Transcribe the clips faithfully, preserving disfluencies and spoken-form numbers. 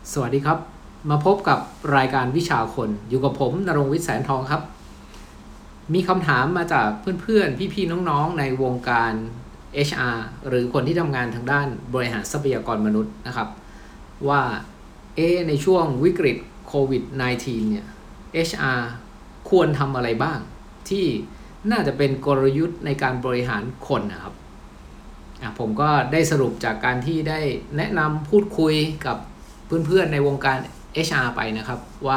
สวัสดีครับมาพบกับรายการวิชาคนอยู่กับผมณรงค์วิทย์แสนทองครับมีคำถามมาจากเพื่อนๆพี่ๆน้องๆในวงการ เอช อาร์ หรือคนที่ทำงานทางด้านบริหารทรัพยากรมนุษย์นะครับว่าเอในช่วงวิกฤตโควิด สิบเก้า เนี่ย เอช อาร์ ควรทำอะไรบ้างที่น่าจะเป็นกลยุทธ์ในการบริหารคนนะครับผมก็ได้สรุปจากการที่ได้แนะนำพูดคุยกับเพื่อนๆในวงการ เอช อาร์ ไปนะครับว่า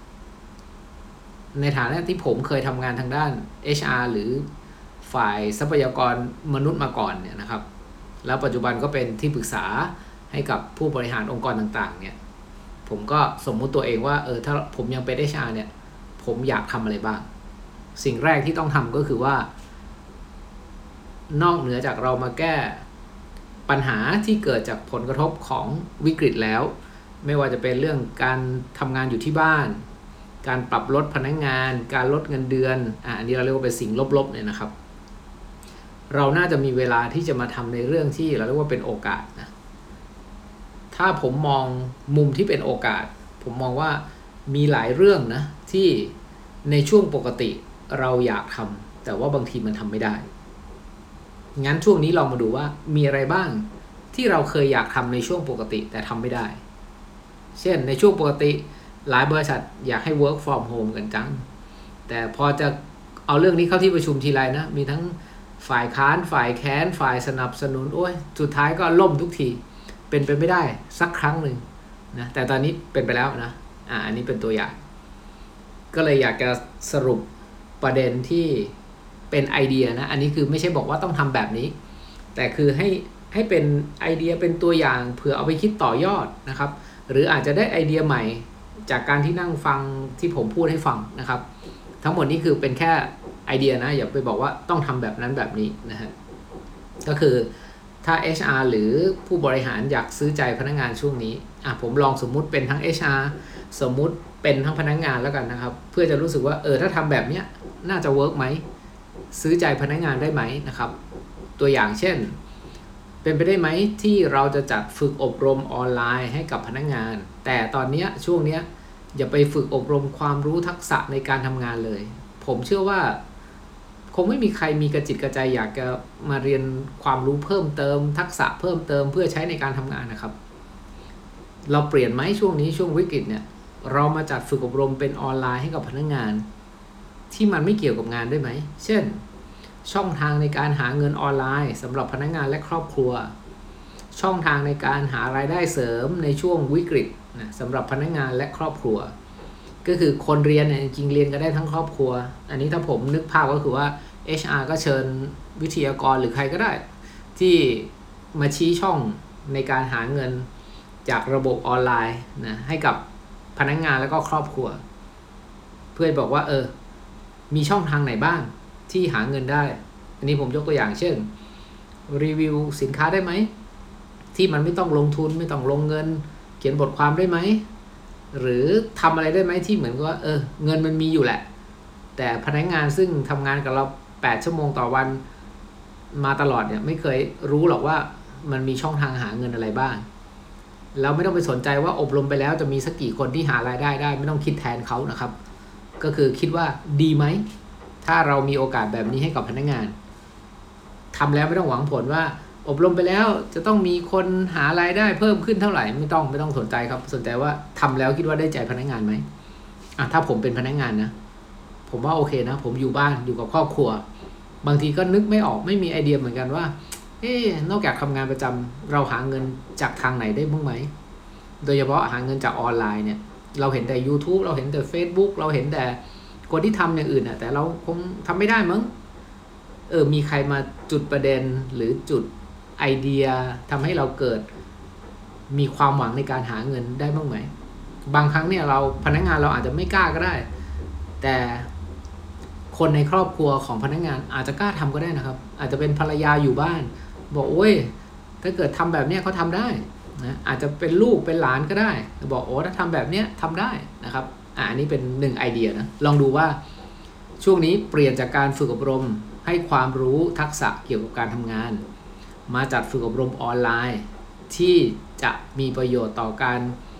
ในฐานะที่ผมเคยทำงานทางด้าน เอช อาร์ หรือฝ่ายทรัพยากรมนุษย์มาก่อนเนี่ยนะครับแล้วปัจจุบันก็เป็นที่ปรึกษาให้กับผู้บริหารองค์กรต่างๆเนี่ยผมก็สมมุติตัวเองว่าเออถ้าผมยังเป็น เอช อาร์ เนี่ยผมอยากทำอะไรบ้างสิ่งแรกที่ต้องทำก็คือว่านอกเหนือจากเรามาแก้ปัญหาที่เกิดจากผลกระทบของวิกฤตแล้วไม่ว่าจะเป็นเรื่องการทำงานอยู่ที่บ้านการปรับลดพนักงานการลดเงินเดือนอ่ะอันนี้เราเรียกว่าเป็นสิ่งลบๆเนี่ยนะครับเราน่าจะมีเวลาที่จะมาทำในเรื่องที่เราเรียกว่าเป็นโอกาสนะถ้าผมมองมุมที่เป็นโอกาสผมมองว่ามีหลายเรื่องนะที่ในช่วงปกติเราอยากทำแต่ว่าบางทีมันทำไม่ได้งั้นช่วงนี้เรามาดูว่ามีอะไรบ้างที่เราเคยอยากทำในช่วงปกติแต่ทำไม่ได้เช่นในช่วงปกติหลายบริษัทอยากให้ work from home กันจังแต่พอจะเอาเรื่องนี้เข้าที่ประชุมทีไรนะมีทั้งฝ่ายค้านฝ่ายแค้นฝ่ายสนับสนุนโอ้ยสุดท้ายก็ล่มทุกทีเป็นไปไม่ได้สักครั้งหนึ่งนะแต่ตอนนี้เป็นไปแล้วนะอ่าอันนี้เป็นตัวอย่างก็เลยอยากจะสรุปประเด็นที่เป็นไอเดียนะอันนี้คือไม่ใช่บอกว่าต้องทำแบบนี้แต่คือให้ให้เป็นไอเดียเป็นตัวอย่างเผื่อเอาไปคิดต่อยอดนะครับหรืออาจจะได้ไอเดียใหม่จากการที่นั่งฟังที่ผมพูดให้ฟังนะครับทั้งหมดนี้คือเป็นแค่ไอเดียนะอย่าไปบอกว่าต้องทำแบบนั้นแบบนี้นะฮะก็คือถ้า เอช อาร์ หรือผู้บริหารอยากซื้อใจพนักงานช่วงนี้อ่ะผมลองสมมุติเป็นทั้ง เอช อาร์ สมมุติเป็นทั้งพนักงานแล้วกันนะครับเพื่อจะรู้สึกว่าเออถ้าทำแบบนี้น่าจะเวิร์กไหมซื้อใจพนักงานได้ไหมนะครับตัวอย่างเช่นเป็นไปได้ไหมที่เราจะจัดฝึกอบรมออนไลน์ให้กับพนักงานแต่ตอนนี้ช่วงนี้อย่าไปฝึกอบรมความรู้ทักษะในการทำงานเลยผมเชื่อว่าคงไม่มีใครมีกระจิตกระใจอยากจะมาเรียนความรู้เพิ่มเติมทักษะเพิ่มเติมเพื่อใช้ในการทำงานนะครับเราเปลี่ยนไหมช่วงนี้ช่วงวิกฤตเนี่ยเรามาจัดฝึกอบรมเป็นออนไลน์ให้กับพนักงานที่มันไม่เกี่ยวกับงานได้ไหมเช่นช่องทางในการหาเงินออนไลน์สำหรับพนักงานและครอบครัวช่องทางในการหารายได้เสริมในช่วงวิกฤตนะสำหรับพนักงานและครอบครัวก็คือคนเรียนเนี่ยจริงๆเรียนกันได้ทั้งครอบครัวอันนี้ถ้าผมนึกภาพก็คือว่า เอช อาร์ ก็เชิญวิทยากรหรือใครก็ได้ที่มาชี้ช่องในการหาเงินจากระบบออนไลน์นะให้กับพนักงานแล้วก็ครอบครัวเพื่อบอกว่าเออมีช่องทางไหนบ้างที่หาเงินได้อันนี้ผมยกตัวอย่างเช่นรีวิวสินค้าได้ไหมที่มันไม่ต้องลงทุนไม่ต้องลงเงินเขียนบทความได้ไหมหรือทำอะไรได้ไหมที่เหมือนกับว่าเออเงินมันมีอยู่แหละแต่พนักงานซึ่งทำงานกับเราแปดชั่วโมงต่อวันมาตลอดเนี่ยไม่เคยรู้หรอกว่ามันมีช่องทางหาเงินอะไรบ้างเราไม่ต้องไปสนใจว่าอบรมไปแล้วจะมีสักกี่คนที่หารายได้ได้ไม่ต้องคิดแทนเขานะครับก็คือคิดว่าดีไหมถ้าเรามีโอกาสแบบนี้ให้กับพนักงานทำแล้วไม่ต้องหวังผลว่าอบรมไปแล้วจะต้องมีคนหารายได้เพิ่มขึ้นเท่าไหร่ไม่ต้องไม่ต้องสนใจครับสนใจว่าทำแล้วคิดว่าได้ใจพนักงานไหมอ่ะถ้าผมเป็นพนักงานนะผมว่าโอเคนะผมอยู่บ้านอยู่กับครอบครัวบางทีก็นึกไม่ออกไม่มีไอเดียเหมือนกันว่าเอ๊ะนอกจากทำงานประจำเราหาเงินจากทางไหนได้บ้างไหมโดยเฉพาะหาเงินจากออนไลน์เนี่ยเราเห็นแต่ YouTube เราเห็นแต่ Facebook เราเห็นแต่คนที่ทำอย่างอื่นอ่ะแต่เราคงทำไม่ได้มั้งเออมีใครมาจุดประเด็นหรือจุดไอเดียทำให้เราเกิดมีความหวังในการหาเงินได้บ้างไหมบางครั้งเนี่ยเราพนักงานเราอาจจะไม่กล้าก็ได้แต่คนในครอบครัวของพนักงานอาจจะกล้าทำก็ได้นะครับอาจจะเป็นภรรยาอยู่บ้านบอกโอ้ยถ้าเกิดทำแบบนี้เขาทำได้นะอาจจะเป็นลูกเป็นหลานก็ได้บอกโอ้ถ้าทำแบบนี้ทำได้นะครับอ่าอันนี้เป็นหนึ่งไอเดียนะลองดูว่าช่วงนี้เปลี่ยนจากการฝึกอบรมให้ความรู้ทักษะเกี่ยวกับการทำงานมาจัดฝึกอบรมออนไลน์ที่จะมีประโยชน์ต่อการ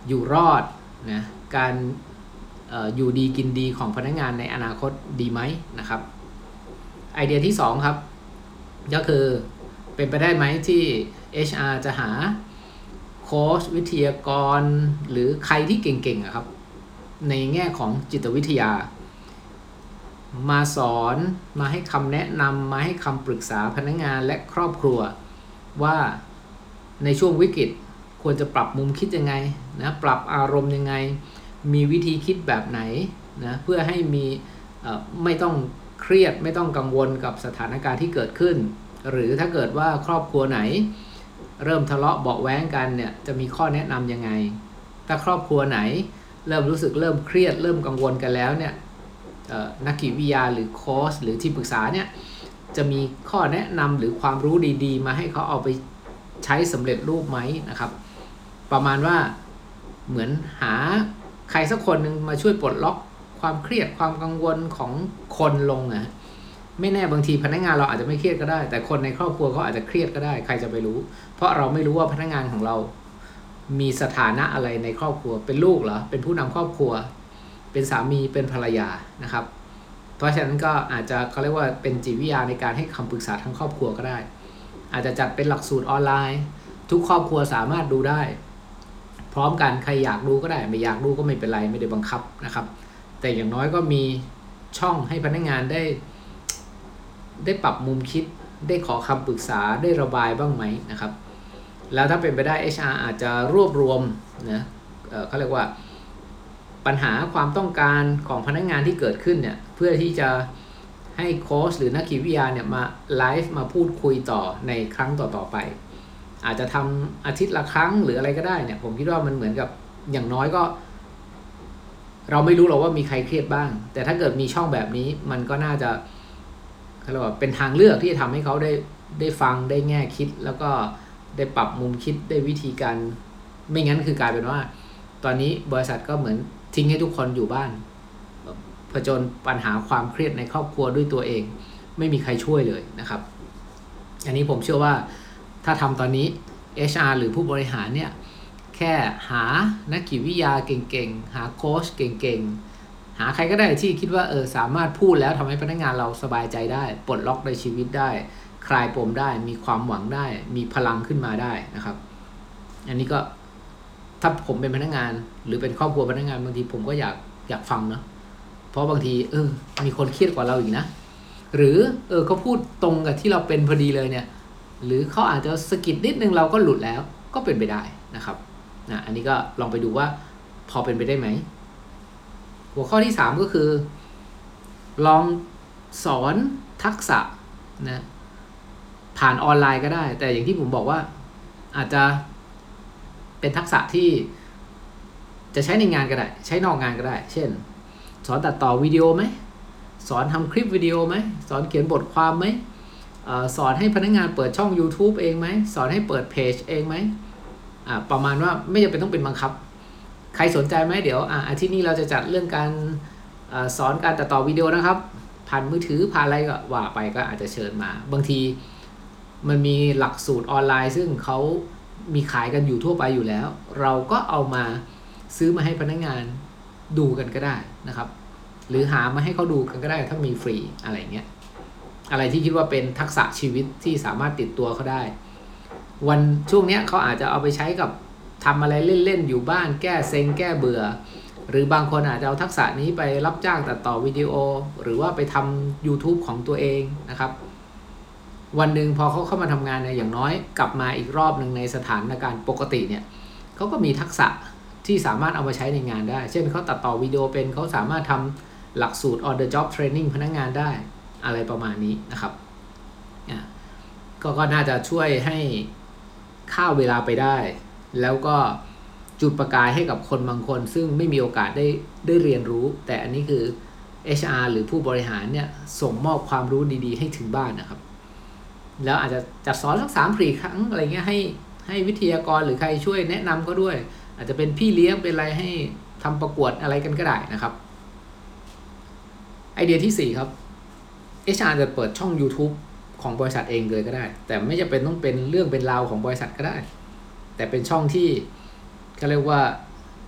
อยู่รอดนะการเอ่ออยู่ดีกินดีของพนักงานในอนาคตดีไหมนะครับไอเดียที่สองครับก็คือเป็นไปได้ไหมที่ เอช อาร์ จะหาโค้ชวิทยากรหรือใครที่เก่งๆครับในแง่ของจิตวิทยามาสอนมาให้คำแนะนำมาให้คำปรึกษาพนักงานและครอบครัวว่าในช่วงวิกฤตควรจะปรับมุมคิดยังไงนะปรับอารมณ์ยังไงมีวิธีคิดแบบไหนนะเพื่อให้มีไม่ต้องเครียดไม่ต้องกังวลกับสถานการณ์ที่เกิดขึ้นหรือถ้าเกิดว่าครอบครัวไหนเริ่มทะเลาะเบาะแว้งกันเนี่ยจะมีข้อแนะนำยังไงถ้าครอบครัวไหนเริ่มรู้สึกเริ่มเครียดเริ่มกังวลกันแล้วเนี่ยนักจิตวิทยาหรือโค้ชหรือที่ปรึกษาเนี่ยจะมีข้อแนะนำหรือความรู้ดีๆมาให้เขาเอาไปใช้สำเร็จรูปไหมนะครับประมาณว่าเหมือนหาใครสักคนหนึ่งมาช่วยปลดล็อกความเครียดความกังวลของคนลงนะไม่แน่บางทีพนักงานเราอาจจะไม่เครียดก็ได้แต่คนในครอบครัวเขาอาจจะเครียดก็ได้ใครจะไปรู้เพราะเราไม่รู้ว่าพนักงานของเรามีสถานะอะไรในครอบครัวเป็นลูกเหรอเป็นผู้นำครอบครัวเป็นสามีเป็นภรรยานะครับเพราะฉะนั้นก็อาจจะเขาเรียกว่าเป็นจิตวิทยาในการให้คำปรึกษาทั้งครอบครัวก็ได้อาจจะจัดเป็นหลักสูตรออนไลน์ทุกครอบครัวสามารถดูได้พร้อมกันใครอยากดูก็ได้ไม่อยากดูก็ไม่เป็นไรไม่ได้บังคับนะครับแต่อย่างน้อยก็มีช่องให้พนักงานได้ได้ปรับมุมคิดได้ขอคำปรึกษาได้ระบายบ้างไหมนะครับแล้วถ้าเป็นไปได้ เอช อาร์ อาจจะรวบรวมนะเอ่อเขาเรียกว่าปัญหาความต้องการของพนักงานที่เกิดขึ้นเนี่ยเพื่อที่จะให้โค้ชหรือนักจิตวิทยาเนี่ยมาไลฟ์มาพูดคุยต่อในครั้งต่อๆไปอาจจะทำอาทิตย์ละครั้งหรืออะไรก็ได้เนี่ยผมคิดว่ามันเหมือนกับอย่างน้อยก็เราไม่รู้หรอกว่ามีใครเครียดบ้างแต่ถ้าเกิดมีช่องแบบนี้มันก็น่าจะเขาเรียกว่าเป็นทางเลือกที่จะทำให้เขาได้ได้ฟังได้แง่คิดแล้วก็ได้ปรับมุมคิดได้วิธีการไม่งั้นคือกลายเป็นว่าตอนนี้บริษัทก็เหมือนทิ้งให้ทุกคนอยู่บ้านผจญปัญหาความเครียดในครอบครัวด้วยตัวเองไม่มีใครช่วยเลยนะครับอันนี้ผมเชื่อว่าถ้าทำตอนนี้ เอช อาร์ หรือผู้บริหารเนี่ยแค่หานักจิตวิทยาเก่งๆหาโค้ชเก่งๆหาใครก็ได้ที่คิดว่าเออสามารถพูดแล้วทำให้พนักงานเราสบายใจได้ปลดล็อกในชีวิตได้คลายปมได้มีความหวังได้มีพลังขึ้นมาได้นะครับอันนี้ก็ถ้าผมเป็นพนักงานหรือเป็นครอบครัวพนักงานบางทีผมก็อยากอยากฟังเนาะเพราะบางทีเออมีคนเครียดกว่าเราอีกนะหรือเออเขาพูดตรงกับที่เราเป็นพอดีเลยเนี่ยหรือเขาอาจจะสะกิดนิดนึงเราก็หลุดแล้วก็เป็นไปได้นะครับนะอันนี้ก็ลองไปดูว่าพอเป็นไปได้ไหมหัวข้อที่สามก็คือลองสอนทักษะนะผ่านออนไลน์ก็ได้แต่อย่างที่ผมบอกว่าอาจจะเป็นทักษะที่จะใช้ในงานก็ได้ใช้นอกงานก็ได้เช่นสอนตัดต่อวิดีโอไหมสอนทำคลิปวิดีโอไหมสอนเขียนบทความไหมเอ่อสอนให้พนักงานเปิดช่อง YouTube เองไหมสอนให้เปิดเพจเองไหมอ่าประมาณว่าไม่จำเป็นต้องเป็นบังคับใครสนใจไหมเดี๋ยวอ่าอาทิตย์นี้เราจะจัดเรื่องการเอ่อสอนการตัดต่อวิดีโอนะครับผ่านมือถือผ่านอะไรก็ว่าไปก็อาจจะเชิญมาบางทีมันมีหลักสูตรออนไลน์ซึ่งเขามีขายกันอยู่ทั่วไปอยู่แล้วเราก็เอามาซื้อมาให้พนักงานดูกันก็ได้นะครับหรือหามาให้เขาดูกันก็ได้ถ้ามีฟรีอะไรเงี้ยอะไรที่คิดว่าเป็นทักษะชีวิตที่สามารถติดตัวเขาได้วันช่วงเนี้ยเขาอาจจะเอาไปใช้กับทำอะไรเล่นๆอยู่บ้านแก้เซ็งแก้เบื่อหรือบางคนอาจจะเอาทักษะนี้ไปรับจ้างตัดต่อวิดีโอหรือว่าไปทำ YouTube ของตัวเองนะครับวันหนึ่งพอเขาเข้ามาทำงานเนี่ยอย่างน้อยกลับมาอีกรอบหนึ่งในสถานการณ์ปกติเนี่ยเขาก็มีทักษะที่สามารถเอามาใช้ในงานได้เช่นเขาตัดต่อวิดีโอเป็นเขาสามารถทำหลักสูตร on the job training พนักงานได้อะไรประมาณนี้นะครับก็ก็น่าจะช่วยให้ฆ่าเวลาไปได้แล้วก็จุดประกายให้กับคนบางคนซึ่งไม่มีโอกาสได้ได้เรียนรู้แต่อันนี้คือ เอช อาร์ หรือผู้บริหารเนี่ยส่งมอบความรู้ดีๆให้ถึงบ้านนะครับแล้วอาจจะจัดสอนสักสามสี่ครั้งอะไรเงี้ยให้ให้วิทยากรหรือใครช่วยแนะนำเขาด้วยอาจจะเป็นพี่เลี้ยงเป็นอะไรให้ทำประกวดอะไรกันก็ได้นะครับไอเดียที่สี่ครับ เอช อาร์ จะเปิดช่อง YouTube ของบริษัทเองเลยก็ได้แต่ไม่จำเป็นต้องเป็นเรื่องเป็นราวของบริษัทก็ได้แต่เป็นช่องที่เขาเรียกว่า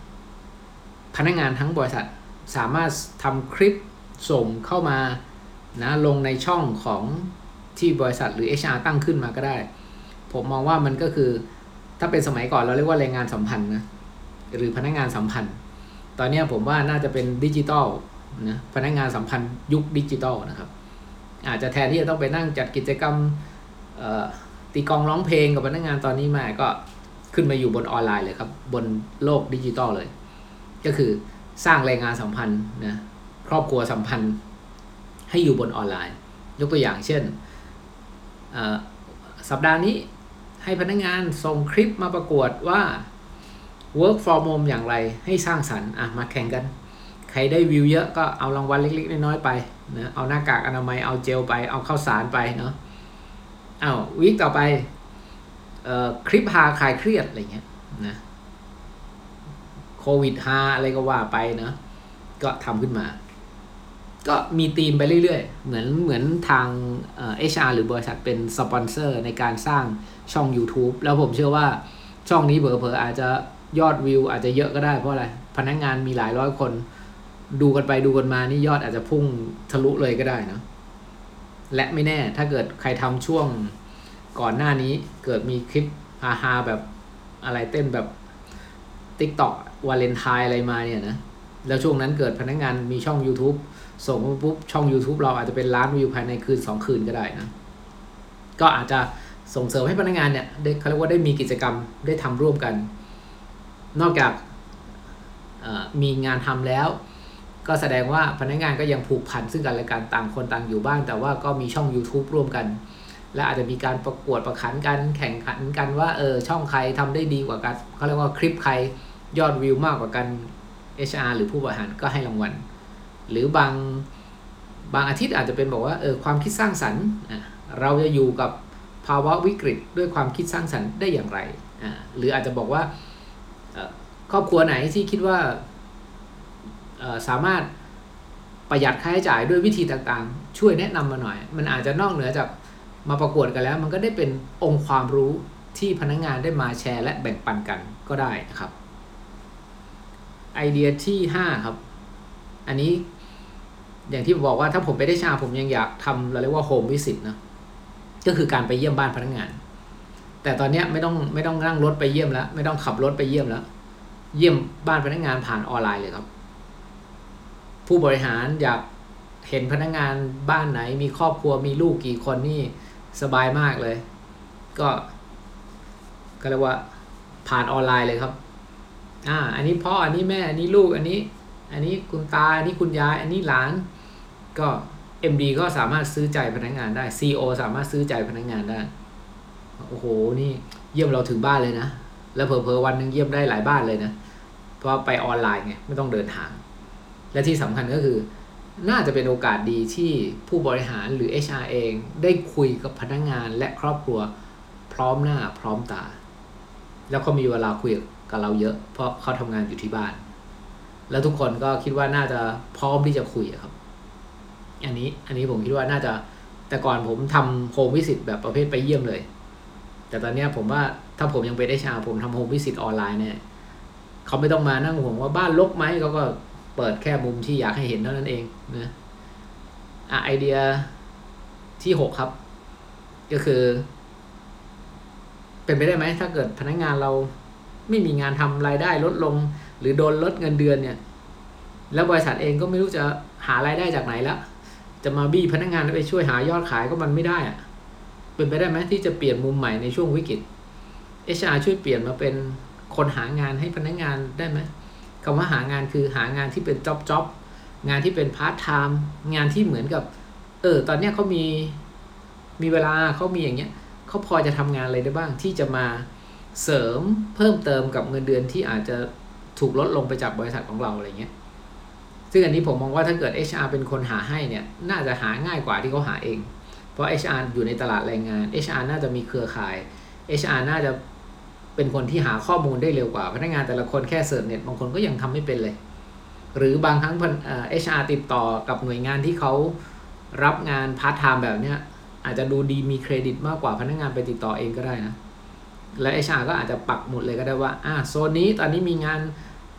พนักงานทั้งบริษัทสามารถทำคลิปส่งเข้ามานะลงในช่องของที่บริษัทหรือ เอช อาร์ ตั้งขึ้นมาก็ได้ผมมองว่ามันก็คือถ้าเป็นสมัยก่อนเราเรียกว่าแรงงานสัมพันธ์นะหรือพนักงานสัมพันธ์ตอนนี้ผมว่าน่าจะเป็นดิจิตอลนะพนักงานสัมพันธ์ยุคดิจิตอลนะครับอาจจะแทนที่จะต้องไปนั่งจัดกิจกรรมตีกลองร้องเพลงกับพนักงานตอนนี้มาก็ขึ้นมาอยู่บนออนไลน์เลยครับบนโลกดิจิตอลเลยก็คือสร้างแรงงานสัมพันธ์นะครอบครัวสัมพันธ์ให้อยู่บนออนไลน์ยกตัวอย่างเช่นสัปดาห์นี้ให้พนักงานส่งคลิปมาประกวดว่า work from home อย่างไรให้สร้างสรรค์อ่ะมาแข่งกันใครได้วิวเยอะก็เอารางวัลเล็กๆน้อยๆไปนะเอาหน้ากากอนามัยเอาเจลไปเอาข้าวสารไปเนาะเอาวีคต่อไปเอ่อคลิปฮาคลายเครียดอะไรเงี้ยนะโควิดฮาอะไรก็ว่าไปเนาะก็ทำขึ้นมาก็มีธีมไปเรื่อยๆเหมือนเหมือนทางเอ่อ เอช อาร์ หรือบริษัทเป็นสปอนเซอร์ในการสร้างช่อง YouTube แล้วผมเชื่อว่าช่องนี้เผลอๆอาจจะยอดวิวอาจจะเยอะก็ได้เพราะอะไรพนักงานมีหลายร้อยคนดูกันไปดูกันมานี่ยอดอาจจะพุ่งทะลุเลยก็ได้นะและไม่แน่ถ้าเกิดใครทำช่วงก่อนหน้านี้เกิดมีคลิปฮาๆแบบอะไรเต้นแบบ TikTok วาเลนไทน์อะไรมาเนี่ยนะแล้วช่วงนั้นเกิดพนักงานมีช่อง YouTube ส่งมาปุ๊บช่อง YouTube เราอาจจะเป็นล้านวิวภายในคืนสองคืนก็ได้นะก็อาจจะส่งเสริมให้พนักงานเนี่ยได้เขาเรียกว่าได้มีกิจกรรมได้ทำร่วมกันนอกจากมีงานทำแล้วก็แสดงว่าพนักงานก็ยังผูกพันซึ่งกันและกันต่างคนต่างอยู่บ้านแต่ว่าก็มีช่อง YouTube ร่วมกันและอาจจะมีการประกวดประขันกันแข่งขันกันว่าเออช่องใครทำได้ดีกว่ากันเขาเรียกว่าคลิปใครยอดวิวมากกว่ากัน เอช อาร์ หรือผู้บริหารก็ให้รางวัลหรือบางบางอาทิตย์อาจจะเป็นบอกว่าเออความคิดสร้างสรรค์เราจะอยู่กับภาวะวิกฤตด้วยความคิดสร้างสรรค์ได้อย่างไรอ่าหรืออาจจะบอกว่าครอบครัวไหนที่คิดว่าสามารถประหยัดค่าใช้จ่ายด้วยวิธีต่างๆช่วยแนะนำมาหน่อยมันอาจจะนอกเหนือจากมาประกวดกันแล้วมันก็ได้เป็นองค์ความรู้ที่พนักงานได้มาแชร์และแบ่งปันกันก็ได้นะครับไอเดียที่ห้าครับอันนี้อย่างที่บอกว่าถ้าผมไปได้ชาผมยังอยากทำเราเรียกว่าโฮมวิสิตนะก็คือการไปเยี่ยมบ้านพนักงานแต่ตอนนี้ไม่ต้องไม่ต้องนั่งรถไปเยี่ยมแล้วไม่ต้องขับรถไปเยี่ยมแล้วเยี่ยมบ้านพนักงานผ่านออนไลน์เลยครับผู้บริหารอยากเห็นพนักงานบ้านไหนมีครอบครัวมีลูกกี่คนนี่สบายมากเลยก็ก็เรียกว่าผ่านออนไลน์เลยครับอ่าอันนี้พ่ออันนี้แม่อันนี้ลูกอันนี้อันนี้คุณตาอันนี้คุณยายอันนี้หลานก็ เอ็ม ดี ก็สามารถซื้อใจพนักงานได้ ซี อี โอ สามารถซื้อใจพนักงานได้โอ้โหนี่เยี่ยมเราถึงบ้านเลยนะแล้วเผลอๆวันนึงเยี่ยมได้หลายบ้านเลยนะเพราะไปออนไลน์ไงไม่ต้องเดินทางและที่สำคัญก็คือน่าจะเป็นโอกาสดีที่ผู้บริหารหรือ เอช อาร์ เองได้คุยกับพนักงานและครอบครัวพร้อมหน้าพร้อมตาแล้วก็มีเวลาคุยกับเราเยอะเพราะเขาทำงานอยู่ที่บ้านแล้วทุกคนก็คิดว่าน่าจะพร้อมที่จะคุยครับอันนี้อันนี้ผมคิดว่าน่าจะแต่ก่อนผมทำโฮมวิสิตแบบประเภทไปเยี่ยมเลยแต่ตอนนี้ผมว่าถ้าผมยังเป็น เอช อาร์ ผมทำโฮมวิสิตออนไลน์เนี่ยเขาไม่ต้องมานั่งห่วงว่าบ้านรกไหมเขาก็เปิดแค่มุมที่อยากให้เห็นเท่านั้นเองนะอ่ะไอเดียที่หกครับก็คือเป็นไปได้ไหมถ้าเกิดพนักงานเราไม่มีงานทำรายได้ลดลงหรือโดนลดเงินเดือนเนี่ยแล้วบริษัทเองก็ไม่รู้จะหารายได้จากไหนแล้วจะมาบี้พนักงานไปช่วยหายอดขายก็มันไม่ได้อะเป็นไปได้ไหมที่จะเปลี่ยนมุมใหม่ในช่วงวิกฤต เอช อาร์ ช่วยเปลี่ยนมาเป็นคนหางานให้พนักงานได้ไหมคำว่าหางานคือหางานที่เป็นจ็อบจ็อบงานที่เป็นพาร์ทไทม์งานที่เหมือนกับเออตอนเนี้ยเขามีมีเวลาเขามีอย่างเงี้ยเขาพอจะทำงานอะไรได้บ้างที่จะมาเสริมเพิ่มเติมกับเงินเดือนที่อาจจะถูกลดลงไปจากบริษัทของเราอะไรเงี้ยซึ่งอันนี้ผมมองว่าถ้าเกิด เอช อาร์ เป็นคนหาให้เนี่ยน่าจะหาง่ายกว่าที่เขาหาเองเพราะ เอช อาร์ อยู่ในตลาดแรงงาน เอช อาร์ น่าจะมีเครือข่าย เอช อาร์ น่าจะเป็นคนที่หาข้อมูลได้เร็วกว่าพนักงานแต่ละคนแค่เสิร์ชเน็ตบางคนก็ยังทำไม่เป็นเลยหรือบางครั้งเอ่อ เอช อาร์ ติดต่อกับหน่วยงานที่เขารับงานพาร์ทไทม์แบบเนี้ยอาจจะดูดีมีเครดิตมากกว่าพนักงานไปติดต่อเองก็ได้นะและ เอช อาร์ ก็อาจจะปักหมุดเลยก็ได้ว่าอ่าโซนนี้ตอนนี้มีงาน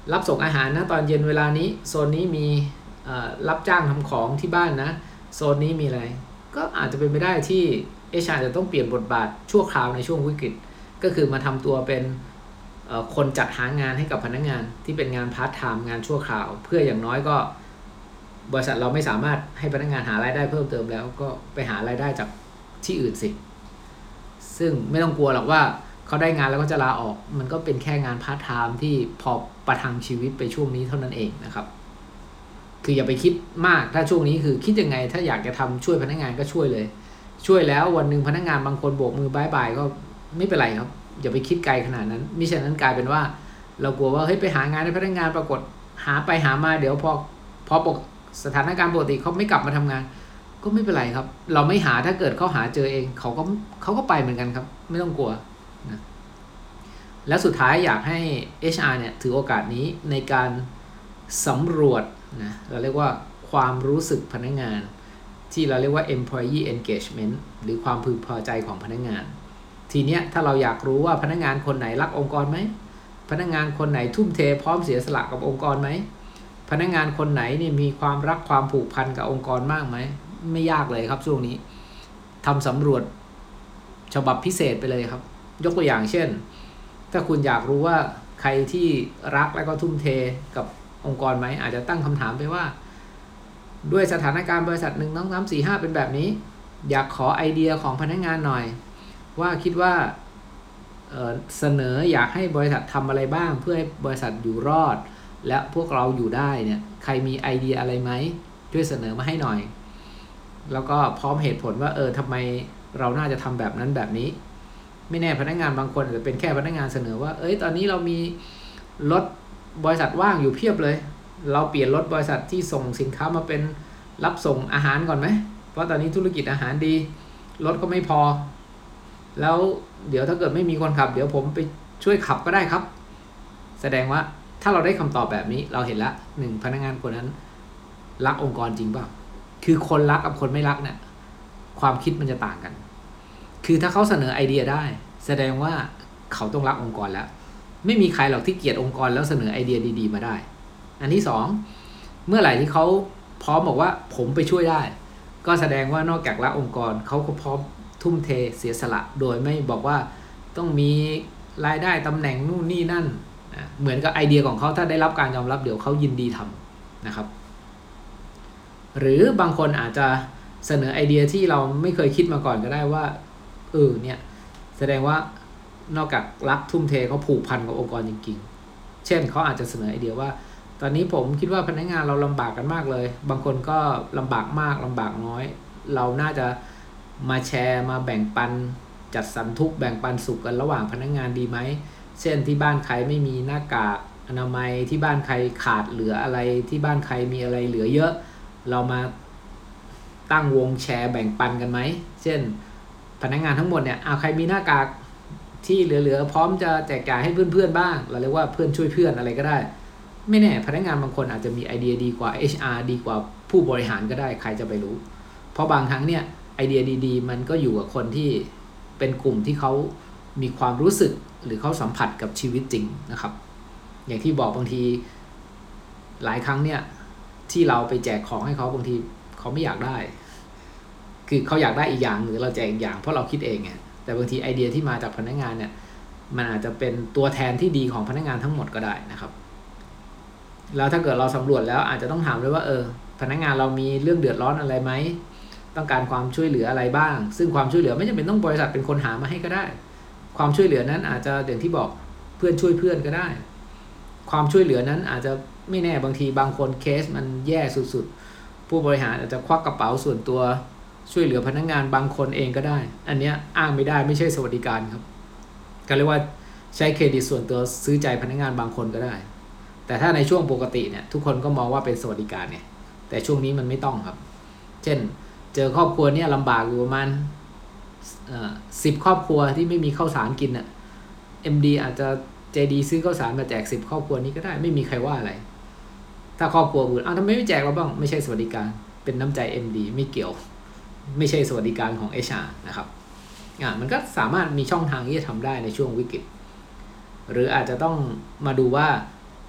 รับส่งอาหารนะตอนเย็นเวลานี้โซนนี้มีรับจ้างทำของที่บ้านนะโซนนี้มีอะไรก็อาจจะเป็นไปได้ที่ เอช อาร์ จะต้องเปลี่ยนบทบาทชั่วคราวในช่วงวิกฤตก็คือมาทำตัวเป็นคนจัดหางานให้กับพนักงานที่เป็นงานพาร์ทไทม์งานชั่วคราวเพื่ออย่างน้อยก็บริษัทเราไม่สามารถให้พนักงานหารายได้เพิ่มเติมแล้วก็ไปหารายได้จากที่อื่นสิซึ่งไม่ต้องกลัวหรอกว่าเขาได้งานแล้วก็จะลาออกมันก็เป็นแค่งานพาร์ทไทม์ที่พอประทังชีวิตไปช่วงนี้เท่านั้นเองนะครับคืออย่าไปคิดมากถ้าช่วงนี้คือคิดยังไงถ้าอยากจะทำช่วยพนักงานก็ช่วยเลยช่วยแล้ววันหนึ่งพนักงานบางคนโบกมือบายบายก็ไม่เป็นไรครับอย่าไปคิดไกลขนาดนั้นมิฉะนั้นกลายเป็นว่าเรากลัวว่าเฮ้ยไปหางานให้พนักงานปรากฏหาไปหามาเดี๋ยวพอพอปกสถานการณ์ปกติเขาไม่กลับมาทำงานก็ไม่เป็นไรครับเราไม่หาถ้าเกิดเขาหาเจอเองเขาก็เขาก็ไปเหมือนกันครับไม่ต้องกลัวนะและสุดท้ายอยากให้ เอช อาร์ เนี่ยถือโอกาสนี้ในการสำรวจนะเราเรียกว่าความรู้สึกพนักงานที่เราเรียกว่า employee engagement หรือความพึงพอใจของพนักงานทีเนี้ยถ้าเราอยากรู้ว่าพนักงานคนไหนรักองค์กรไหมพนักงานคนไหนทุ่มเทพร้อมเสียสละกับองค์กรไหมพนักงานคนไหนนี่มีความรักความผูกพันกับองค์กรมากไหมไม่ยากเลยครับช่วงนี้ทำสำรวจฉบับพิเศษไปเลยครับยกตัวอย่างเช่นถ้าคุณอยากรู้ว่าใครที่รักและก็ทุ่มเทกับองค์กรไหมอาจจะตั้งคำถามไปว่าด้วยสถานการณ์บริษัทหนึ่งสองสามสี่ห้าเป็นแบบนี้อยากขอไอเดียของพนักงานหน่อยว่าคิดว่าเอ่อเสนออยากให้บริษัททำอะไรบ้างเพื่อให้บริษัทอยู่รอดและพวกเราอยู่ได้เนี่ยใครมีไอเดียอะไรไหมช่วยเสนอมาให้หน่อยแล้วก็พร้อมเหตุผลว่าเออทำไมเราน่าจะทำแบบนั้นแบบนี้ไม่แน่พนักงานบางคนอาจจะเป็นแค่พนักงานเสนอว่าเอ้ยตอนนี้เรามีรถบริษัทว่างอยู่เพียบเลยเราเปลี่ยนรถบริษัทที่ส่งสินค้ามาเป็นรับส่งอาหารก่อนไหมเพราะตอนนี้ธุรกิจอาหารดีรถก็ไม่พอแล้วเดี๋ยวถ้าเกิดไม่มีคนขับเดี๋ยวผมไปช่วยขับก็ได้ครับแสดงว่าถ้าเราได้คำตอบแบบนี้เราเห็นละหนึ่งพนักงานคนนั้นรักองค์กรจริงเปล่าคือคนรักกับคนไม่รักเนี่ยความคิดมันจะต่างกันคือถ้าเขาเสนอไอเดียได้แสดงว่าเขาต้องรักองค์กรแล้วไม่มีใครหรอกที่เกลียดองค์กรแล้วเสนอไอเดียดีๆมาได้อันที่สองเมื่อไหร่ที่เขาพร้อมบอกว่าผมไปช่วยได้ก็แสดงว่านอกจากรักองค์กรเขาก็พร้อมทุ่มเทเสียสละโดยไม่บอกว่าต้องมีรายได้ตำแหน่งนู่นนี่นั่นเหมือนกับไอเดียของเขาถ้าได้รับการยอมรับเดี๋ยวเขายินดีทำนะครับหรือบางคนอาจจะเสนอไอเดียที่เราไม่เคยคิดมาก่อนก็ได้ว่าเออเนี่ยแสดงว่านอกจากรักทุ่มเทเขาผูกพันกับองค์กรจริงๆเช่นเขาอาจจะเสนอไอเดียว่าตอนนี้ผมคิดว่าพนักงานเราลำบากกันมากเลยบางคนก็ลำบากมากลำบากน้อยเราน่าจะมาแชร์มาแบ่งปันจัดสรรทุกแบ่งปันสุขกันระหว่างพนักงานดีไหมเช่นที่บ้านใครไม่มีหน้ากากอนามัยที่บ้านใครขาดเหลืออะไรที่บ้านใครมีอะไรเหลือเยอะเรามาตั้งวงแชร์แบ่งปันกันไหมเช่นพนักงานทั้งหมดเนี่ยเอาใครมีหน้ากากที่เหลือๆพร้อมจะแจกจ่ายให้เพื่อนๆบ้างเราเรียกว่าเพื่อนช่วยเพื่อนอะไรก็ได้ไม่แน่พนักงานบางคนอาจจะมีไอเดียดีกว่า เอช อาร์ ดีกว่าผู้บริหารก็ได้ใครจะไปรู้เพราะบางครั้งเนี่ยไอเดียดีๆมันก็อยู่กับคนที่เป็นกลุ่มที่เขามีความรู้สึกหรือเขาสัมผัสกับชีวิตจริงนะครับอย่างที่บอกบางทีหลายครั้งเนี่ยที่เราไปแจกของให้เขาบางทีเขาไม่อยากได้คือเขาอยากได้อีกอย่างหรือเราแจกอีกอย่างเพราะเราคิดเองไงแต่บางทีไอเดียที่มาจากพนักงานเนี่ยมันอาจจะเป็นตัวแทนที่ดีของพนักงานทั้งหมดก็ได้นะครับแล้วถ้าเกิดเราสำรวจแล้วอาจจะต้องถามด้วยว่าเออพนักงานเรามีเรื่องเดือดร้อนอะไรไหมต้องการความช่วยเหลืออะไรบ้างซึ่งความช่วยเหลือไม่จำเป็นต้องบริษัทเป็นคนหามาให้ก็ได้ความช่วยเหลือนั้นอาจจะอย่างที่บอกเพื่อนช่วยเพื่อนก็ได้ความช่วยเหลือนั้นอาจจะไม่แน่บางทีบางคนเคสมันแย่สุดๆผู้บริหารอาจจะควักกระเป๋าส่วนตัวช่วยเหลือพนักงานบางคนเองก็ได้อันนี้อ้างไม่ได้ไม่ใช่สวัสดิการครับก็เรียกว่าใช้เครดิตส่วนตัวซื้อใจพนักงานบางคนก็ได้แต่ถ้าในช่วงปกติเนี่ยทุกคนก็มองว่าเป็นสวัสดิการไงแต่ช่วงนี้มันไม่ต้องครับเช่นเจอครอบครัวเนี่ยลำบากอยู่ประมาณสิบครอบครัวที่ไม่มีข้าวสารกินอ่ะ เอ็ม ดี อาจจะใจดีซื้อข้าวสารมาแจกสิบครอบครัวนี้ก็ได้ไม่มีใครว่าอะไรถ้าครอบครัวอื่นอ้าวทำไมไม่แจกเราบ้างไม่ใช่สวัสดิการเป็นน้ำใจ เอ็ม ดี ไม่เกี่ยวไม่ใช่สวัสดิการของ เอช อาร์ นะครับอ่ามันก็สามารถมีช่องทางที่จะทำได้ในช่วงวิกฤตหรืออาจจะต้องมาดูว่า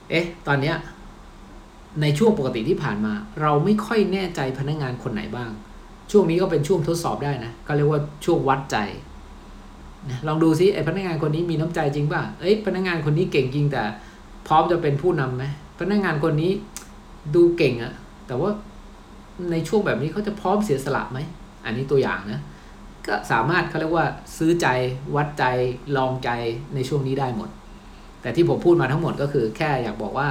เอ๊ะตอนเนี้ยในช่วงปกติที่ผ่านมาเราไม่ค่อยแน่ใจพนักงานคนไหนบ้างช่วงนี้ก็เป็นช่วงทดสอบได้นะก็เรียกว่าช่วงวัดใจนะลองดูซิไอ้พนักงานคนนี้มีน้ำใจจริงป่ะเอ้ยพนักงานคนนี้เก่งจริงแต่พร้อมจะเป็นผู้นำไหมพนักงานคนนี้ดูเก่งอะแต่ว่าในช่วงแบบนี้เขาจะพร้อมเสียสละไหมอันนี้ตัวอย่างนะก็สามารถเขาเรียกว่าซื้อใจวัดใจลองใจในช่วงนี้ได้หมดแต่ที่ผมพูดมาทั้งหมดก็คือแค่อยากบอกว่า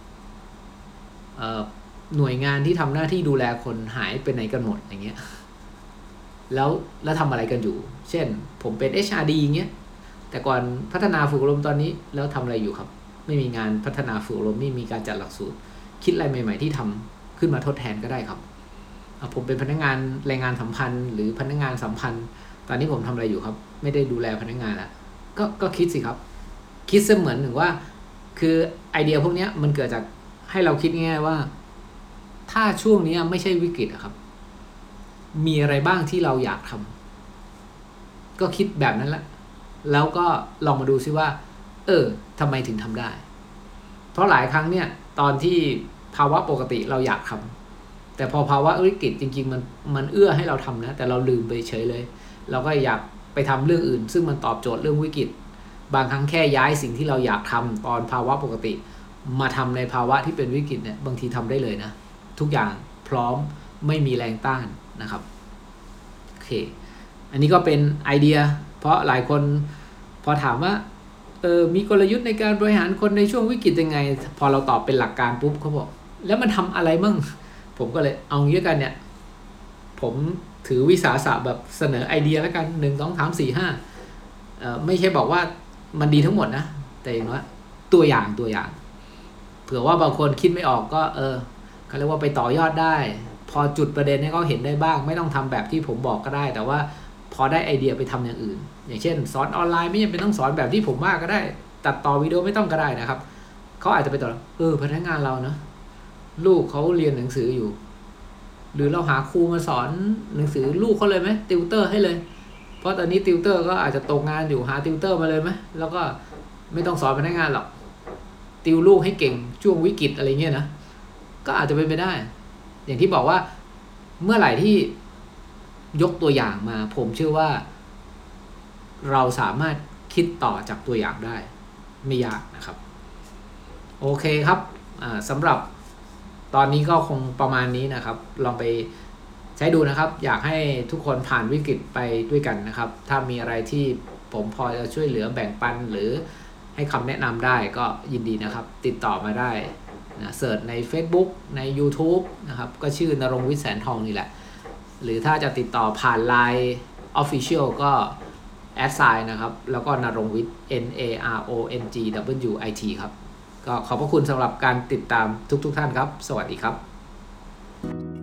หน่วยงานที่ทำหน้าที่ดูแลคนหายไปไหนกันหมดอย่างเงี้ยแล้วแล้วทำอะไรกันอยู่เช่นผมเป็น เอช อาร์ ดี อย่างเงี้ยแต่ก่อนพัฒนาฝึกอบรมตอนนี้แล้วทำอะไรอยู่ครับไม่มีงานพัฒนาฝึกอบรมไม่มีการจัดหลักสูตรคิดอะไรใหม่ๆที่ทำขึ้นมาทดแทนก็ได้ครับผมเป็นพนักงานแรงงานสัมพันธ์หรือพนักงานสัมพันธ์ตอนนี้ผมทำอะไรอยู่ครับไม่ได้ดูแลพนักงานแล้วก็ก็คิดสิครับคิดเสมือนถึงว่าคือไอเดียพวกนี้มันเกิดจากให้เราคิดง่ายๆว่าถ้าช่วงนี้ไม่ใช่วิกฤตอะครับมีอะไรบ้างที่เราอยากทำก็คิดแบบนั้นแหละแล้วก็ลองมาดูซิว่าเออทำไมถึงทำได้เพราะหลายครั้งเนี่ยตอนที่ภาวะปกติเราอยากทำแต่พอภาวะวิกฤตจริงๆมันมันเอื้อให้เราทำนะแต่เราลืมไปเฉยเลยเราก็อยากไปทำเรื่องอื่นซึ่งมันตอบโจทย์เรื่องวิกฤตบางครั้งแค่ย้ายสิ่งที่เราอยากทำตอนภาวะปกติมาทำในภาวะที่เป็นวิกฤตเนี่ยบางทีทำได้เลยนะทุกอย่างพร้อมไม่มีแรงต้านนะครับโอเคอันนี้ก็เป็นไอเดียเพราะหลายคนพอถามว่าเออมีกลยุทธ์ในการบริหารคนในช่วงวิกฤตยังไงพอเราตอบเป็นหลักการปุ๊บเขาบอกแล้วมันทำอะไรมั่งผมก็เลยเอางี้กันเนี่ยผมถือวิสาสะแบบเสนอไอเดียแล้วกันหนึ่งสองสามสี่ห้าเอ่อไม่ใช่บอกว่ามันดีทั้งหมดนะแต่อย่างน้อยตัวอย่างตัวอย่างเผื่อว่าบางคนคิดไม่ออกก็เออเขาเรียกว่าไปต่อยอดได้พอจุดประเด็นให้เขาเห็นได้บ้างไม่ต้องทำแบบที่ผมบอกก็ได้แต่ว่าพอได้ไอเดียไปทำอย่างอื่นอย่างเช่นสอนออนไลน์ไม่จำเป็นต้องสอนแบบที่ผมว่าก็ได้ตัดต่อวิดีโอไม่ต้องก็ได้นะครับเขาอาจจะไปต่อเออพนักงานเรานะลูกเขาเรียนหนังสืออยู่หรือเราหาครูมาสอนหนังสือลูกเขาเลยไหมติวเตอร์ให้เลยเพราะตอนนี้ติวเตอร์ก็อาจจะตกงานอยู่หาติวเตอร์มาเลยไหมแล้วก็ไม่ต้องสอนพนักงานหรอกติวลูกให้เก่งช่วงวิกฤตอะไรเงี้ยนะก็อาจจะเป็นไปได้อย่างที่บอกว่าเมื่อไหร่ที่ยกตัวอย่างมาผมเชื่อว่าเราสามารถคิดต่อจากตัวอย่างได้ไม่ยากนะครับโอเคครับสำหรับตอนนี้ก็คงประมาณนี้นะครับลองไปใช้ดูนะครับอยากให้ทุกคนผ่านวิกฤตไปด้วยกันนะครับถ้ามีอะไรที่ผมพอจะช่วยเหลือแบ่งปันหรือให้คำแนะนำได้ก็ยินดีนะครับติดต่อมาได้นะเสิร์ชใน Facebook ใน YouTube นะครับก็ชื่อนรงค์วิทย์แสนทองนี่แหละหรือถ้าจะติดต่อผ่าน ไลน์ Official ก็แอดไซน์นะครับแล้วก็นรงค์วิทย์ N A R O N G W I T ครับก็ขอบพระคุณสำหรับการติดตามทุกๆท่านครับสวัสดีครับ